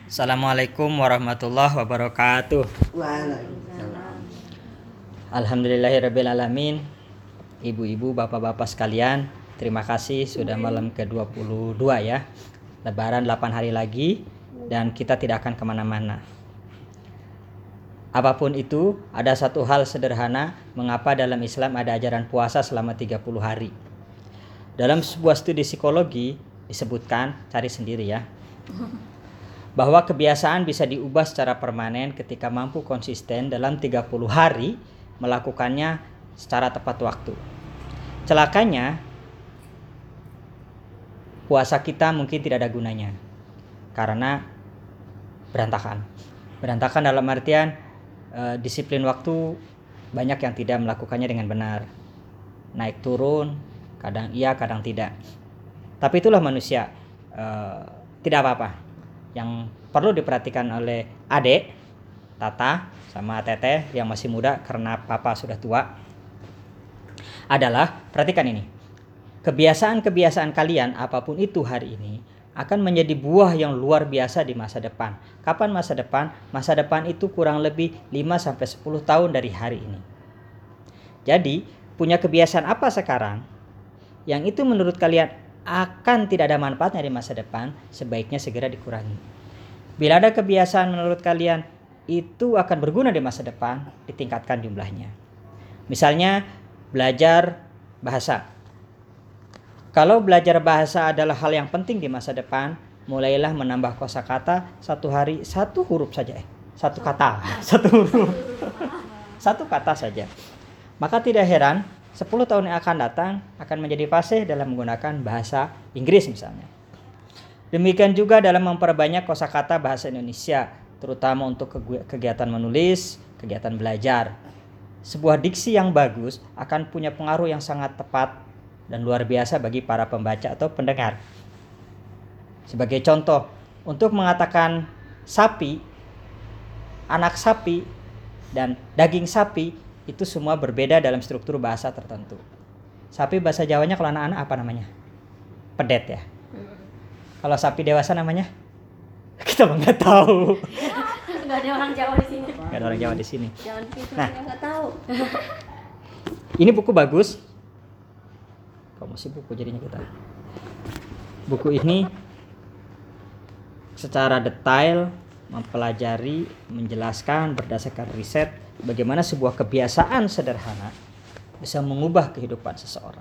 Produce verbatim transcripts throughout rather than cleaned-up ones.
Assalamualaikum warahmatullahi wabarakatuh. Waalaikumsalam. Alhamdulillahirrabbilalamin. Ibu-ibu, bapak-bapak sekalian, terima kasih sudah malam ke dua puluh dua ya. Lebaran delapan hari lagi dan kita tidak akan kemana-mana. Apapun itu, ada satu hal sederhana mengapa dalam Islam ada ajaran puasa selama tiga puluh hari. Dalam sebuah studi psikologi disebutkan, cari sendiri ya, bahwa kebiasaan bisa diubah secara permanen ketika mampu konsisten dalam tiga puluh hari melakukannya secara tepat waktu. Celakanya, puasa kita mungkin tidak ada gunanya karena berantakan. Berantakan dalam artian eh, disiplin waktu banyak yang tidak melakukannya dengan benar. Naik turun, kadang iya, kadang tidak. Tapi itulah manusia, eh, tidak apa-apa. Yang perlu diperhatikan oleh adik Tata sama Teteh yang masih muda karena papa sudah tua adalah, perhatikan ini, kebiasaan-kebiasaan kalian apapun itu hari ini akan menjadi buah yang luar biasa di masa depan. Kapan masa depan? Masa depan itu kurang lebih lima sampai sepuluh tahun dari hari ini. Jadi punya kebiasaan apa sekarang yang itu menurut kalian akan tidak ada manfaatnya di masa depan, sebaiknya segera dikurangi. Bila ada kebiasaan menurut kalian itu akan berguna di masa depan, ditingkatkan jumlahnya. Misalnya belajar bahasa. Kalau belajar bahasa adalah hal yang penting di masa depan, mulailah menambah kosakata satu hari satu huruf saja, eh, satu kata, satu huruf, satu kata saja. Maka tidak heran sepuluh tahun yang akan datang akan menjadi fasih dalam menggunakan bahasa Inggris misalnya. Demikian juga dalam memperbanyak kosakata bahasa Indonesia, terutama untuk kegiatan menulis, kegiatan belajar. Sebuah diksi yang bagus akan punya pengaruh yang sangat tepat dan luar biasa bagi para pembaca atau pendengar. Sebagai contoh, untuk mengatakan sapi, anak sapi, dan daging sapi, itu semua berbeda dalam struktur bahasa tertentu. Sapi bahasa Jawanya kalau anak-anak apa namanya? Pedet ya. Kalau sapi dewasa namanya? Kita nggak tahu. Nggak ada orang Jawa di sini. Nggak ada orang Jawa di sini. Jangan gitu, Nah. nggak tahu. Ini buku bagus. Kok masih buku jadinya kita? Buku ini secara detail mempelajari, menjelaskan berdasarkan riset bagaimana sebuah kebiasaan sederhana bisa mengubah kehidupan seseorang.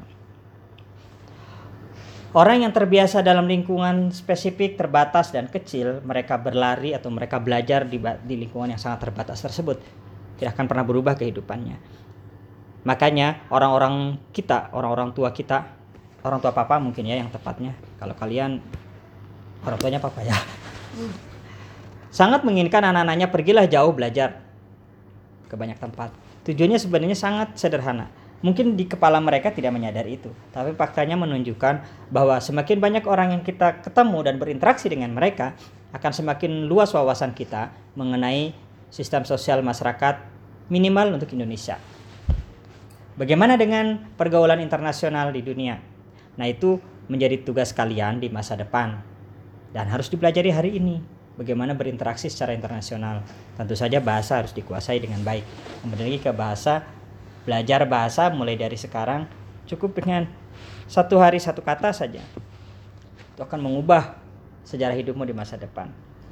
Orang yang terbiasa dalam lingkungan spesifik, terbatas dan kecil, mereka berlari atau mereka belajar di, di lingkungan yang sangat terbatas tersebut, tidak akan pernah berubah kehidupannya. Makanya orang-orang kita, orang-orang tua kita, orang tua papa mungkin ya yang tepatnya, kalau kalian orang tuanya papa ya, sangat menginginkan anak-anaknya pergilah jauh belajar ke banyak tempat. Tujuannya sebenarnya sangat sederhana. Mungkin di kepala mereka tidak menyadari itu, tapi faktanya menunjukkan bahwa semakin banyak orang yang kita ketemu dan berinteraksi dengan mereka, akan semakin luas wawasan kita mengenai sistem sosial masyarakat minimal untuk Indonesia. Bagaimana dengan pergaulan internasional di dunia? Nah, itu menjadi tugas kalian di masa depan dan harus dipelajari hari ini. Bagaimana berinteraksi secara internasional. Tentu saja bahasa harus dikuasai dengan baik. Kembali lagi ke bahasa, belajar bahasa mulai dari sekarang cukup dengan satu hari satu kata saja. Itu akan mengubah sejarah hidupmu di masa depan.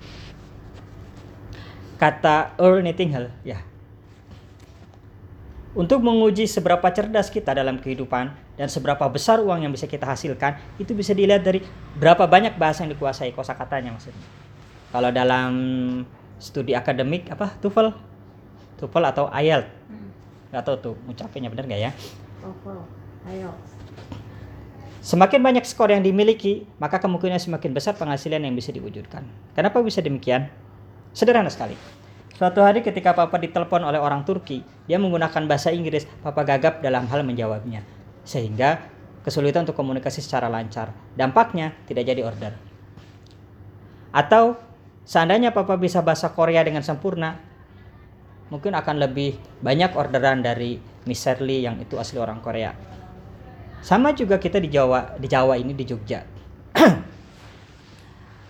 Kata Earl Nightingale, ya. Untuk menguji seberapa cerdas kita dalam kehidupan dan seberapa besar uang yang bisa kita hasilkan, itu bisa dilihat dari berapa banyak bahasa yang dikuasai, kosakatanya maksudnya. Kalau dalam studi akademik apa TOEFL, TOEFL atau I E L T S, nggak tahu tuh ngucapinnya benar nggak ya? TOEFL, I E L T S. Semakin banyak skor yang dimiliki, maka kemungkinan semakin besar penghasilan yang bisa diwujudkan. Kenapa bisa demikian? Sederhana sekali. Suatu hari ketika papa ditelepon oleh orang Turki, dia menggunakan bahasa Inggris, papa gagap dalam hal menjawabnya, sehingga kesulitan untuk komunikasi secara lancar. Dampaknya tidak jadi order. Atau seandainya papa bisa bahasa Korea dengan sempurna, mungkin akan lebih banyak orderan dari Miss Shirley yang itu asli orang Korea. Sama juga kita di Jawa, di Jawa ini di Jogja.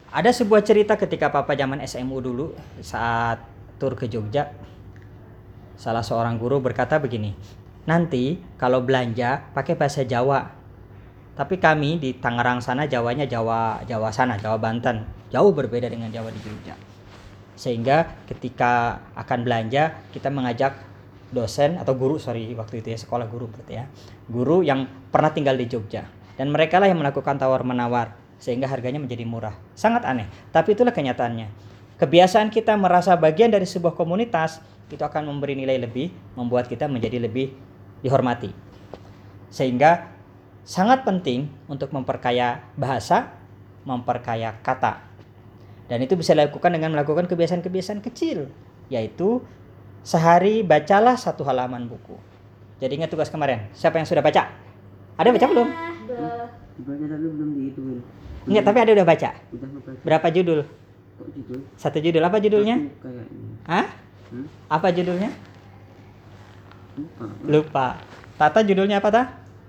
Ada sebuah cerita ketika Papa zaman S M U dulu saat tur ke Jogja. Salah seorang guru berkata begini, nanti kalau belanja pakai bahasa Jawa. Tapi kami di Tangerang sana Jawanya Jawa Jawa sana, Jawa Banten. Jauh berbeda dengan Jawa di Jogja. Sehingga ketika akan belanja kita mengajak dosen atau guru, sorry waktu itu ya sekolah guru berarti ya. Guru yang pernah tinggal di Jogja. Dan mereka lah yang melakukan tawar-menawar sehingga harganya menjadi murah. Sangat aneh, tapi itulah kenyataannya. Kebiasaan kita merasa bagian dari sebuah komunitas itu akan memberi nilai lebih, membuat kita menjadi lebih dihormati. Sehingga sangat penting untuk memperkaya bahasa, memperkaya kata. Dan itu bisa dilakukan dengan melakukan kebiasaan-kebiasaan kecil, yaitu sehari bacalah satu halaman buku. Jadi ingat tugas kemarin, siapa yang sudah baca? Ada baca belum? Baca tapi belum dihitungin. Enggak, tapi ada udah baca. Udah baca. Berapa judul? Kok judul? Satu judul. Apa judulnya? Satu kayaknya. Hah? Hmm? Apa judulnya? Lupa. Lupa. Tata judulnya apa, Ta?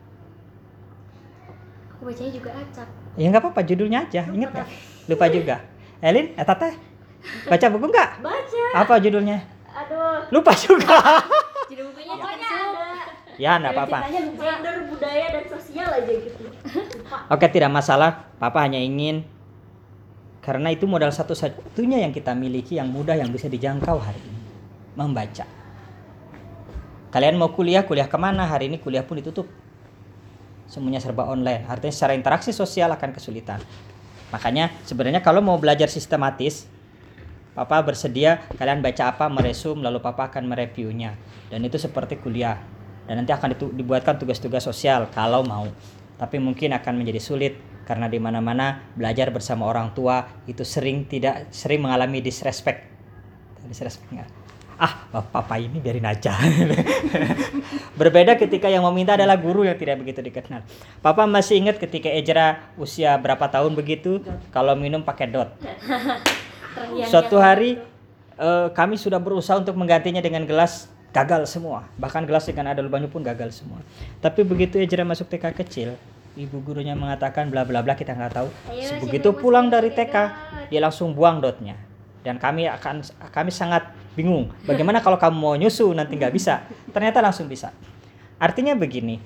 Aku bacanya juga acak. Ya nggak apa-apa, judulnya aja. Ingat nggak? Lupa juga. Elin, eh Tata? Baca buku nggak? Baca. Apa judulnya? Aduh. Lupa juga. Judul bukunya pokoknya ada. Ya, nggak apa-apa. Ceritanya gender, budaya, dan sosial aja gitu. Lupa. Oke, tidak masalah. Papa hanya ingin, karena itu modal satu-satunya yang kita miliki yang mudah yang bisa dijangkau hari ini, membaca. Kalian mau kuliah, kuliah kemana? Hari ini kuliah pun ditutup. Semuanya serba online. Artinya secara interaksi sosial akan kesulitan. Makanya sebenarnya kalau mau belajar sistematis, Papa bersedia kalian baca apa, meresum, lalu Papa akan mereviewnya. Dan itu seperti kuliah. Dan nanti akan dibuatkan tugas-tugas sosial kalau mau. Tapi mungkin akan menjadi sulit karena di mana-mana belajar bersama orang tua itu sering tidak sering mengalami disrespect. Disrespect enggak? Ah, Papa ini biarin aja. Berbeda ketika yang meminta adalah guru yang tidak begitu dikenal. Papa masih ingat ketika Ezra usia berapa tahun begitu, kalau minum pakai dot. Suatu hari eh, kami sudah berusaha untuk menggantinya dengan gelas, gagal semua. Bahkan gelas dengan ada lubangnya pun gagal semua. Tapi begitu Ezra masuk T K kecil, ibu gurunya mengatakan bla bla bla, kita nggak tahu. Begitu pulang dari T K, dia langsung buang dotnya. Dan kami akan kami sangat bingung. Bagaimana kalau kamu mau nyusu nanti nggak bisa? Ternyata langsung bisa. Artinya begini,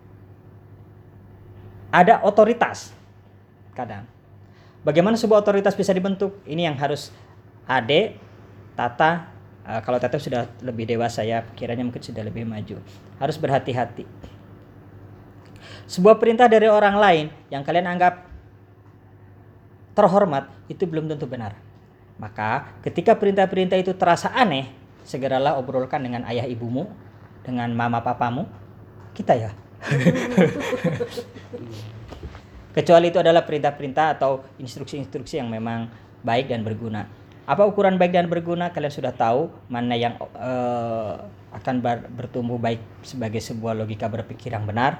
ada otoritas kadang. Bagaimana sebuah otoritas bisa dibentuk? Ini yang harus Ade, Tata, uh, kalau Tata sudah lebih dewasa ya, kiranya mungkin sudah lebih maju. Harus berhati-hati. Sebuah perintah dari orang lain yang kalian anggap terhormat itu belum tentu benar. Maka ketika perintah-perintah itu terasa aneh, segeralah obrolkan dengan ayah ibumu, dengan mama papamu, kita ya. Kecuali itu adalah perintah-perintah atau instruksi-instruksi yang memang baik dan berguna. Apa ukuran baik dan berguna? Kalian sudah tahu mana yang uh, akan ber- bertumbuh baik sebagai sebuah logika berpikir yang benar.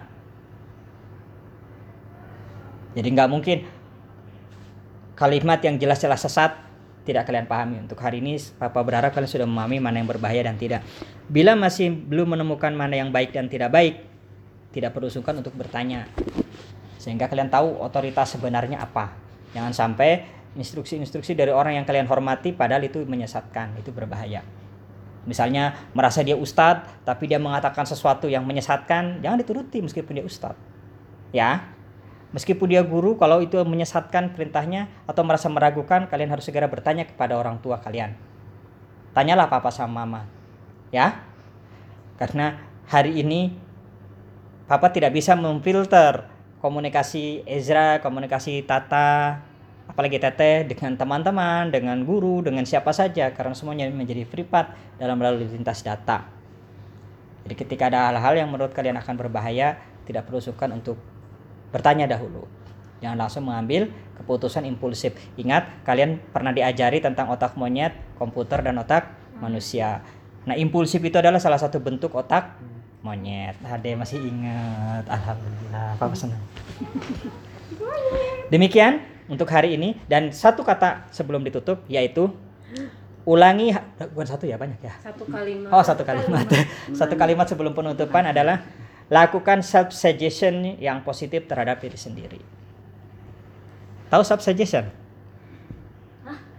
Jadi nggak mungkin kalimat yang jelas-jelas sesat tidak kalian pahami. Untuk hari ini Papa berharap kalian sudah memahami mana yang berbahaya dan tidak. Bila masih belum menemukan mana yang baik dan tidak baik, tidak perlu sungkan untuk bertanya. Sehingga kalian tahu otoritas sebenarnya apa. Jangan sampai instruksi-instruksi dari orang yang kalian hormati padahal itu menyesatkan, itu berbahaya. Misalnya merasa dia ustadz tapi dia mengatakan sesuatu yang menyesatkan, jangan dituruti meskipun dia ustadz. Ya. Meskipun dia guru, kalau itu menyesatkan perintahnya atau merasa meragukan, kalian harus segera bertanya kepada orang tua kalian. Tanyalah papa sama mama. Ya. Karena hari ini papa tidak bisa memfilter komunikasi Ezra, komunikasi Tata, apalagi Teteh dengan teman-teman, dengan guru, dengan siapa saja, karena semuanya menjadi privat dalam lalu lintas data. Jadi ketika ada hal-hal yang menurut kalian akan berbahaya, tidak perlu sungkan untuk bertanya dahulu. Jangan langsung mengambil keputusan impulsif. Ingat, kalian pernah diajari tentang otak monyet, komputer, dan otak manusia. Nah, impulsif itu adalah salah satu bentuk otak monyet. Ade masih ingat. Alhamdulillah, Papa senang. Demikian untuk hari ini. Dan satu kata sebelum ditutup, yaitu ulangi, bukan satu ya, banyak ya. Satu kalimat. Oh, satu kalimat. Satu kalimat sebelum penutupan adalah lakukan self-suggestion yang positif terhadap diri sendiri. Tahu self-suggestion?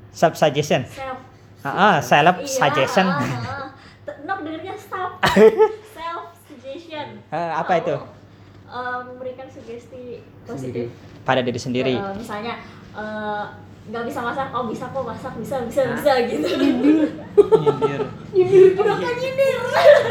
self suggestion. Self. Ah, self Iya, suggestion. ah, ah. T- Nok dengernya self. Self suggestion. Eh, apa itu? Eh, memberikan sugesti positif. Pada diri sendiri. Eh, misalnya eh, nggak bisa masak, oh bisa kok masak, bisa bisa Hah? bisa gitu. Nyindir. Nyindir, pura-pura nyindir.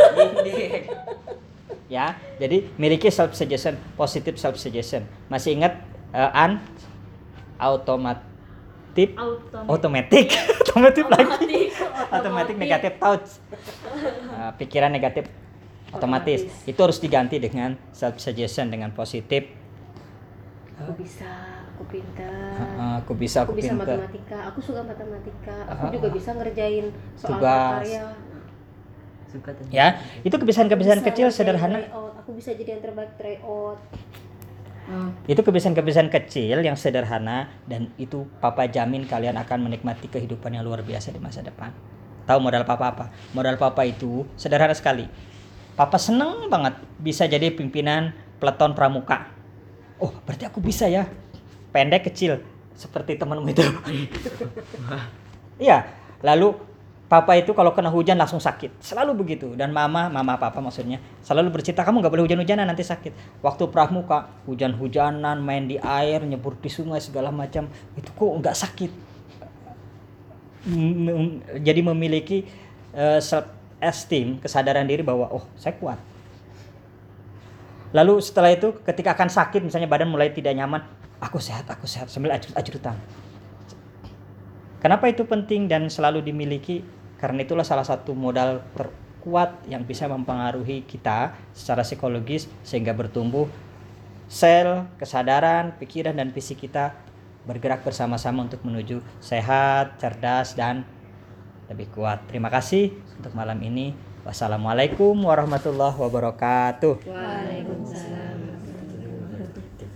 Ya, jadi miliki self suggestion, positive self suggestion. Masih ingat uh, an automatic Automatic. automatic automatic lagi Otomatik. automatic negative thoughts. Uh, pikiran negatif otomatis. Itu harus diganti dengan self suggestion dengan positif. Aku bisa, aku pintar. Uh, aku bisa, aku, Aku bisa pintar. matematika, aku suka matematika. Aku Ah, juga ah. bisa ngerjain soal Tugas. karya. Suka tadi. Ya, itu kebiasaan-kebiasaan Bisa kecil ngerjain sederhana. tryout. Aku bisa jadi yang terbaik tryout. Itu kebiasaan-kebiasaan kecil yang sederhana dan itu papa jamin kalian akan menikmati kehidupan yang luar biasa di masa depan. Tahu modal papa apa? Modal papa itu sederhana sekali. Papa seneng banget bisa jadi pimpinan peleton pramuka. Oh, berarti aku bisa ya. Pendek kecil seperti temanmu itu. Iya, lalu papa itu kalau kena hujan langsung sakit, selalu begitu. Dan mama, mama papa maksudnya, selalu bercerita kamu nggak boleh hujan-hujanan nanti sakit. Waktu pramuka, hujan-hujanan, main di air, nyebur di sungai segala macam, itu kok nggak sakit. M- m- Jadi memiliki uh, self esteem, kesadaran diri bahwa oh saya kuat. Lalu setelah itu ketika akan sakit, misalnya badan mulai tidak nyaman, aku sehat, aku sehat, sambil ajut-ajut tangan. Kenapa itu penting dan selalu dimiliki? Karena itulah salah satu modal terkuat yang bisa mempengaruhi kita secara psikologis sehingga bertumbuh sel, kesadaran, pikiran dan fisik kita bergerak bersama-sama untuk menuju sehat, cerdas dan lebih kuat. Terima kasih untuk malam ini. Wassalamualaikum warahmatullahi wabarakatuh. Waalaikumsalam.